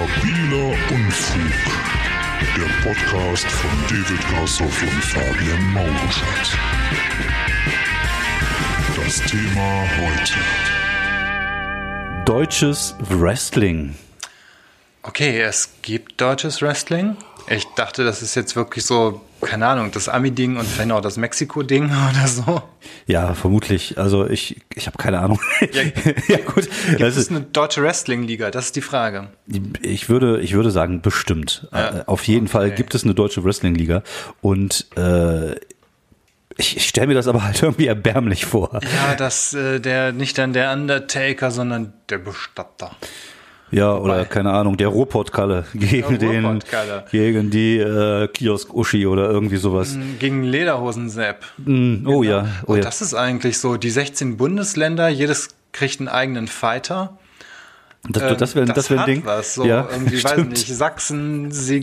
Stabiler Unfug. Der Podcast von David Grassoff und Fabian Mauruschat. Das Thema heute: deutsches Wrestling. Okay, es gibt deutsches Wrestling. Ich dachte, das ist jetzt wirklich so, keine Ahnung, das Ami-Ding und vielleicht auch das Mexiko-Ding oder so. Ja, vermutlich. Also ich habe keine Ahnung. Ja, gut. Gibt es eine deutsche Wrestling-Liga? Das ist die Frage. Ich würde sagen, bestimmt. Ja. Auf jeden Fall gibt es eine deutsche Wrestling-Liga. Und ich stelle mir das aber halt irgendwie erbärmlich vor. Ja, dass nicht dann der Undertaker, sondern der Bestatter. Ja, oder keine Ahnung, der Ruhrpott-Kalle gegen die Kiosk-Uschi oder irgendwie sowas. Gegen Lederhosen-Sepp. Oh ja. Oh ja. Das ist eigentlich so, die 16 Bundesländer, jedes kriegt einen eigenen Fighter. Das wäre ein Ding. Was, so ja, irgendwie, weiß nicht, Sachsen, sie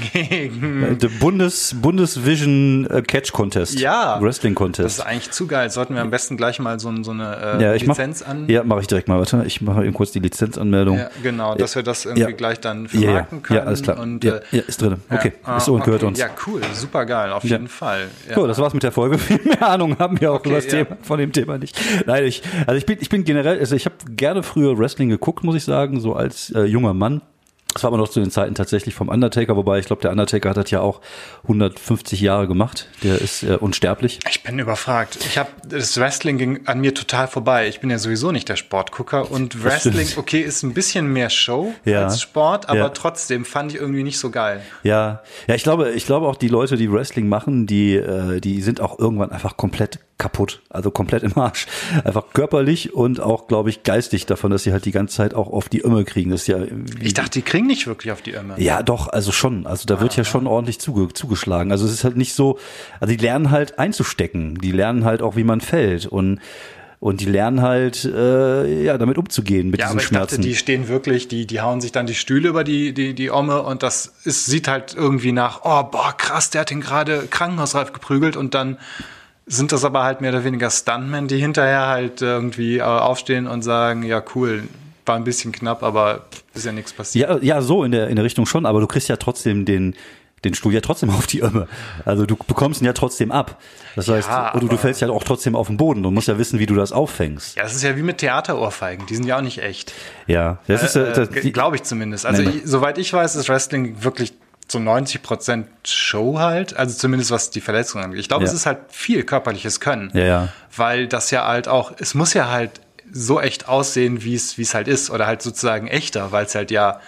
gegen der Bundesvision Catch Contest. Ja. Wrestling Contest. Das ist eigentlich zu geil. Sollten wir am besten gleich mal so eine Lizenz an. Ja, mache ich direkt mal. Warte, ich mache eben kurz die Lizenzanmeldung. Ja, genau, dass wir das irgendwie gleich dann vermarkten können. Ja, alles klar. Und, ist drin. Okay, ist so und gehört uns. Ja, cool, super geil, auf jeden Fall. Ja. Cool, das war's mit der Folge. Viel mehr Ahnung haben wir auch über das Thema, von dem Thema nicht. Nein, ich bin generell, ich habe gerne früher Wrestling geguckt, muss ich sagen, so als junger Mann. Das war aber noch zu den Zeiten tatsächlich vom Undertaker, wobei ich glaube, der Undertaker hat das ja auch 150 Jahre gemacht. Der ist unsterblich. Ich bin überfragt. Das Wrestling ging an mir total vorbei. Ich bin ja sowieso nicht der Sportgucker und Wrestling, okay, ist ein bisschen mehr Show als Sport, aber trotzdem fand ich irgendwie nicht so geil. Ja, ich glaube auch die Leute, die Wrestling machen, die sind auch irgendwann einfach komplett kaputt, also komplett im Arsch. Einfach körperlich und auch, glaube ich, geistig davon, dass sie halt die ganze Zeit auch auf die Ömme kriegen. Das ist ja ich dachte, die kriegen nicht wirklich auf die Ömme. Ja, doch, also schon. Also da wird ja schon ordentlich zugeschlagen. Also es ist halt nicht so, also die lernen halt einzustecken. Die lernen halt auch, wie man fällt und die lernen halt, damit umzugehen mit diesen Schmerzen. Ja, aber ich dachte, die stehen wirklich, die hauen sich dann die Stühle über die Omme und sieht halt irgendwie nach, oh, boah, krass, der hat ihn gerade krankenhausreif geprügelt und dann sind das aber halt mehr oder weniger Stuntmen, die hinterher halt irgendwie aufstehen und sagen, ja cool, war ein bisschen knapp, aber ist ja nichts passiert. Ja, so in der Richtung schon, aber du kriegst ja trotzdem den Stuhl ja trotzdem auf die Ömme. Also du bekommst ihn ja trotzdem ab. Das heißt, du fällst ja auch trotzdem auf den Boden. Du musst ja wissen, wie du das auffängst. Ja, das ist ja wie mit Theaterohrfeigen. Die sind ja auch nicht echt. Ja, das ist glaube ich zumindest. Also soweit ich weiß, ist Wrestling wirklich so 90% Show halt, also zumindest was die Verletzungen angeht. Ich glaube, es ist halt viel körperliches Können. Ja. Weil das ja halt auch, es muss ja halt so echt aussehen, wie es halt ist, oder halt sozusagen echter, weil es halt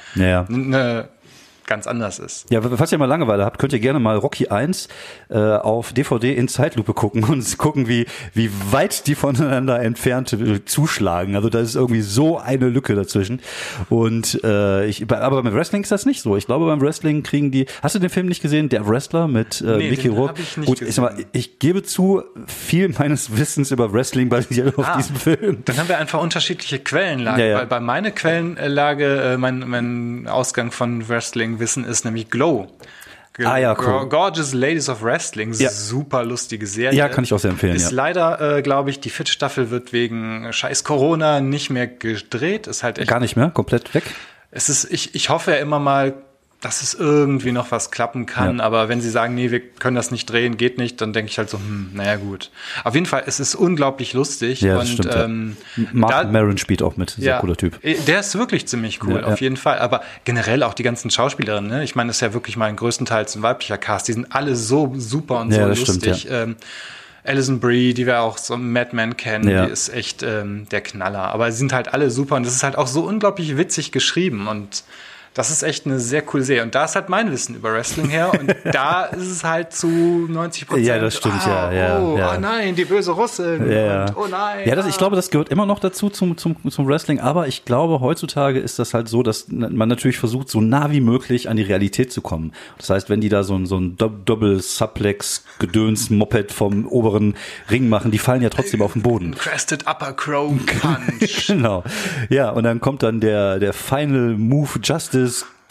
ganz anders ist. Ja, falls ihr mal Langeweile habt, könnt ihr gerne mal Rocky 1 auf DVD in Zeitlupe gucken und gucken, wie weit die voneinander entfernt zuschlagen. Also da ist irgendwie so eine Lücke dazwischen. Und aber beim Wrestling ist das nicht so. Ich glaube, beim Wrestling kriegen die. Hast du den Film nicht gesehen? Der Wrestler mit Mickey Rourke? Gut, ich gebe zu, viel meines Wissens über Wrestling basiert auf diesem Film. Dann haben wir einfach unterschiedliche Quellenlagen. Ja. Weil bei meiner Quellenlage, mein Ausgang von Wrestling Wissen ist nämlich Glow. Cool. Gorgeous Ladies of Wrestling, super lustige Serie. Ja, kann ich auch sehr empfehlen. Ist leider, glaube ich, die vierte Staffel wird wegen scheiß Corona nicht mehr gedreht. Ist halt echt. Gar nicht mehr, komplett weg. Ich hoffe ja immer mal, dass es irgendwie noch was klappen kann, aber wenn sie sagen, nee, wir können das nicht drehen, geht nicht, dann denke ich halt so, naja gut. Auf jeden Fall, es ist unglaublich lustig. Ja, das stimmt, Mark Maron spielt auch mit, sehr cooler Typ. Der ist wirklich ziemlich cool, auf jeden Fall, aber generell auch die ganzen Schauspielerinnen, ne? Ich meine, das ist ja wirklich mal größtenteils ein weiblicher Cast, die sind alle so super und so lustig. Stimmt, Alison Brie, die wir auch so Mad Men kennen, die ist echt der Knaller, aber sie sind halt alle super und das ist halt auch so unglaublich witzig geschrieben und das ist echt eine sehr coole Serie. Und da ist halt mein Wissen über Wrestling her. Und da ist es halt zu 90%. Ja, das stimmt, Oh nein, die böse Russin. Ja. Und, oh nein. Ja, ich glaube, das gehört immer noch dazu zum Wrestling. Aber ich glaube, heutzutage ist das halt so, dass man natürlich versucht, so nah wie möglich an die Realität zu kommen. Das heißt, wenn die da so ein Double-Suplex-Gedöns-Moped vom oberen Ring machen, die fallen ja trotzdem auf den Boden. Crested Upper Crow Punch. Genau. Ja, und dann kommt dann der Final Move Justice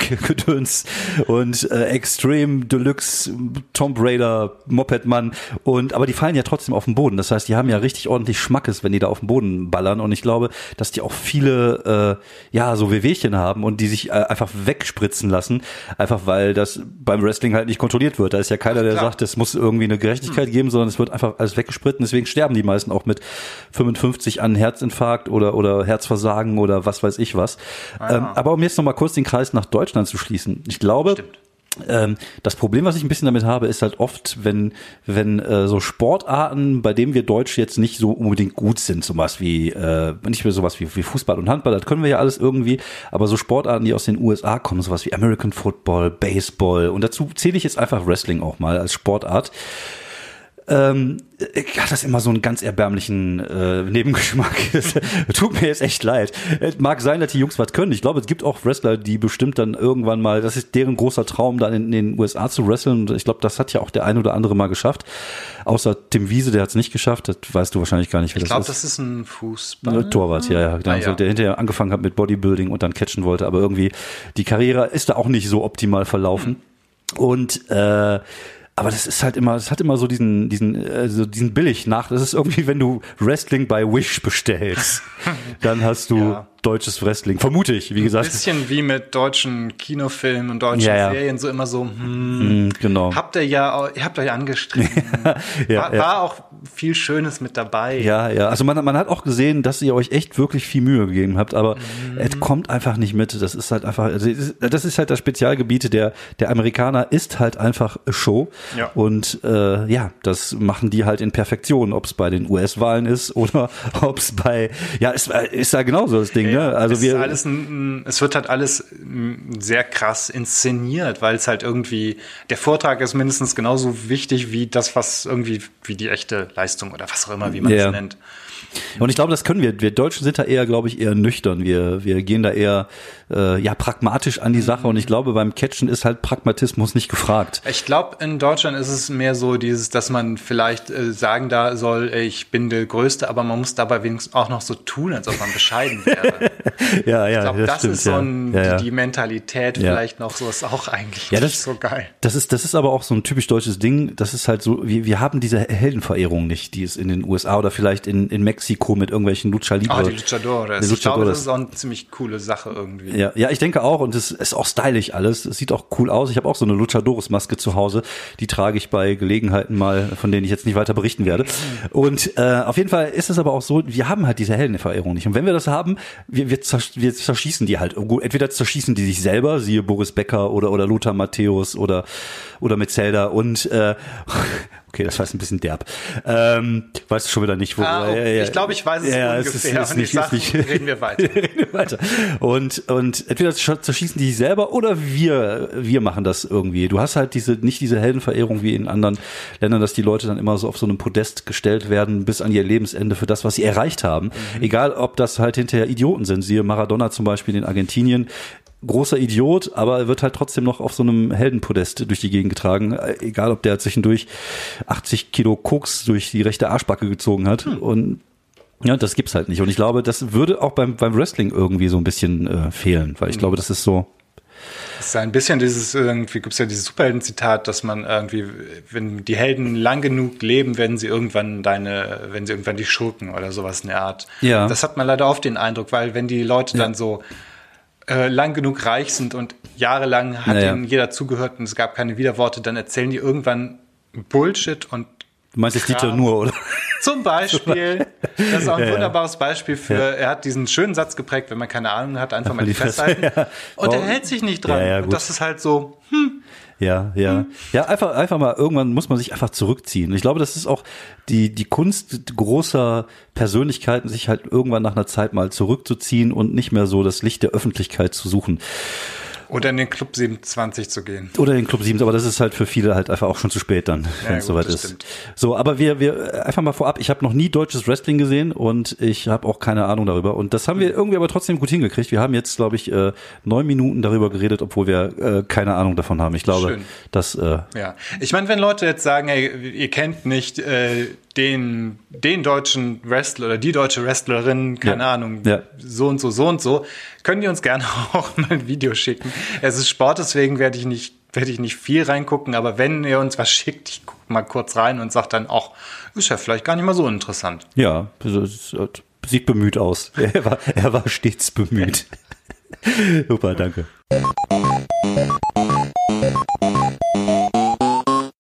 Gedöns und Extreme Deluxe Tomb Raider Moped-Mann aber die fallen ja trotzdem auf den Boden. Das heißt, die haben ja richtig ordentlich Schmackes, wenn die da auf den Boden ballern und ich glaube, dass die auch viele so Wehwehchen haben und die sich einfach wegspritzen lassen, einfach weil das beim Wrestling halt nicht kontrolliert wird. Da ist ja keiner, der sagt, es muss irgendwie eine Gerechtigkeit geben, sondern es wird einfach alles weggespritzt. Deswegen sterben die meisten auch mit 55 an Herzinfarkt oder Herzversagen oder was weiß ich was. Aber um jetzt nochmal kurz den Kreis nach Deutschland zu schließen. Ich glaube, das Problem, was ich ein bisschen damit habe, ist halt oft, wenn so Sportarten, bei denen wir Deutsche jetzt nicht so unbedingt gut sind, sowas wie nicht mehr sowas wie Fußball und Handball, das können wir ja alles irgendwie, aber so Sportarten, die aus den USA kommen, sowas wie American Football, Baseball und dazu zähle ich jetzt einfach Wrestling auch mal als Sportart. Hat das immer so einen ganz erbärmlichen Nebengeschmack. Tut mir jetzt echt leid. Mag sein, dass die Jungs was können. Ich glaube, es gibt auch Wrestler, die bestimmt dann irgendwann mal, das ist deren großer Traum, dann in den USA zu wresteln. Und ich glaube, das hat ja auch der ein oder andere mal geschafft. Außer Tim Wiese, der hat es nicht geschafft. Das weißt du wahrscheinlich gar nicht, wer das ist. Ich glaube, das ist ein Fußball. Torwart, ja. Genau, der hinterher angefangen hat mit Bodybuilding und dann catchen wollte. Aber irgendwie, die Karriere ist da auch nicht so optimal verlaufen. Und aber das ist halt immer, das hat immer so diesen billig nach. Das ist irgendwie, wenn du Wrestling bei Wish bestellst, dann hast du deutsches Wrestling. Vermute ich, wie gesagt. Ein bisschen wie mit deutschen Kinofilmen und deutschen Serien, so immer so, genau. Ihr habt euch angestrengt. War auch viel Schönes mit dabei. Ja. Also man hat auch gesehen, dass ihr euch echt wirklich viel Mühe gegeben habt, aber es kommt einfach nicht mit. Das ist halt einfach, das ist halt das Spezialgebiet der Amerikaner ist halt einfach Show. Ja. Und das machen die halt in Perfektion, ob es bei den US-Wahlen ist oder ob es bei, ist da genauso das Ding. Ne? Also es wird halt alles sehr krass inszeniert, weil es halt irgendwie, der Vortrag ist mindestens genauso wichtig wie das, was irgendwie, wie die echte Leistung oder was auch immer, wie man es nennt. Und ich glaube, das können wir. Wir Deutschen sind da eher, glaube ich, eher nüchtern. Wir gehen da eher pragmatisch an die Sache. Und ich glaube, beim Catchen ist halt Pragmatismus nicht gefragt. Ich glaube, in Deutschland ist es mehr so dieses, dass man vielleicht sagen da soll, ich bin der Größte, aber man muss dabei wenigstens auch noch so tun, als ob man bescheiden wäre. Ich glaube, das stimmt, ist so die Mentalität vielleicht noch so, ist auch eigentlich nicht so geil. Das ist aber auch so ein typisch deutsches Ding. Das ist halt so, wir haben diese Heldenverehrung nicht, die es in den USA oder vielleicht in Mexiko mit irgendwelchen Lucha Libre. Die Luchadores. Ich glaube, das ist auch eine ziemlich coole Sache irgendwie. Ja, ich denke auch. Und es ist auch stylisch alles. Es sieht auch cool aus. Ich habe auch so eine Luchadores-Maske zu Hause. Die trage ich bei Gelegenheiten mal, von denen ich jetzt nicht weiter berichten werde. Und auf jeden Fall ist es aber auch so, wir haben halt diese Heldenverehrung nicht. Und wenn wir das haben, wir zerschießen die halt. Entweder zerschießen die sich selber, siehe Boris Becker oder Lothar Matthäus oder Metzelder und okay, das war jetzt ein bisschen derb. Weißt du schon wieder nicht, wo. Ich glaube, ich weiß es ungefähr. Reden wir weiter. Und entweder zerschießen die sich selber oder wir machen das irgendwie. Du hast halt nicht diese Heldenverehrung wie in anderen Ländern, dass die Leute dann immer so auf so einem Podest gestellt werden bis an ihr Lebensende für das, was sie erreicht haben. Egal, ob das halt hinterher Idioten sind. Siehe Maradona zum Beispiel in Argentinien. Großer Idiot, aber er wird halt trotzdem noch auf so einem Heldenpodest durch die Gegend getragen. Egal, ob der zwischendurch 80 Kilo Koks durch die rechte Arschbacke gezogen hat. Und das gibt's halt nicht. Und ich glaube, das würde auch beim Wrestling irgendwie so ein bisschen fehlen, weil ich glaube, das ist so. Es ist ein bisschen irgendwie gibt's ja dieses Superhelden-Zitat, dass man irgendwie, wenn die Helden lang genug leben, werden sie irgendwann die Schurken oder sowas in der Art. Ja. Das hat man leider oft den Eindruck, weil wenn die Leute dann so lang genug reich sind und jahrelang hat ihnen jeder zugehört und es gab keine Widerworte, dann erzählen die irgendwann Bullshit und Du meinst jetzt Dieter Nuhr, oder? Zum Beispiel. Das ist auch ein wunderbares Beispiel für, er hat diesen schönen Satz geprägt, wenn man keine Ahnung hat, einfach mal die festhalten. Und er hält sich nicht dran. Und das ist halt so, Ja, einfach mal, irgendwann muss man sich einfach zurückziehen. Ich glaube, das ist auch die Kunst großer Persönlichkeiten, sich halt irgendwann nach einer Zeit mal zurückzuziehen und nicht mehr so das Licht der Öffentlichkeit zu suchen. Oder in den Club 27 zu gehen. Oder in den Club 7, aber das ist halt für viele halt einfach auch schon zu spät dann, wenn es soweit ist. Stimmt. So, aber wir einfach mal vorab, ich habe noch nie deutsches Wrestling gesehen und ich habe auch keine Ahnung darüber. Und das haben wir irgendwie aber trotzdem gut hingekriegt. Wir haben jetzt, glaube ich, 9 Minuten darüber geredet, obwohl wir keine Ahnung davon haben. Ich glaube, dass... Ja, ich meine, wenn Leute jetzt sagen, hey, ihr kennt nicht den deutschen Wrestler oder die deutsche Wrestlerin, keine Ahnung, so und so, können die uns gerne auch mal ein Video schicken. Es ist Sport, deswegen werde ich nicht viel reingucken, aber wenn ihr uns was schickt, ich gucke mal kurz rein und sage dann, ach, ist ja vielleicht gar nicht mal so interessant. Ja, sieht bemüht aus. Er war stets bemüht. Super, danke.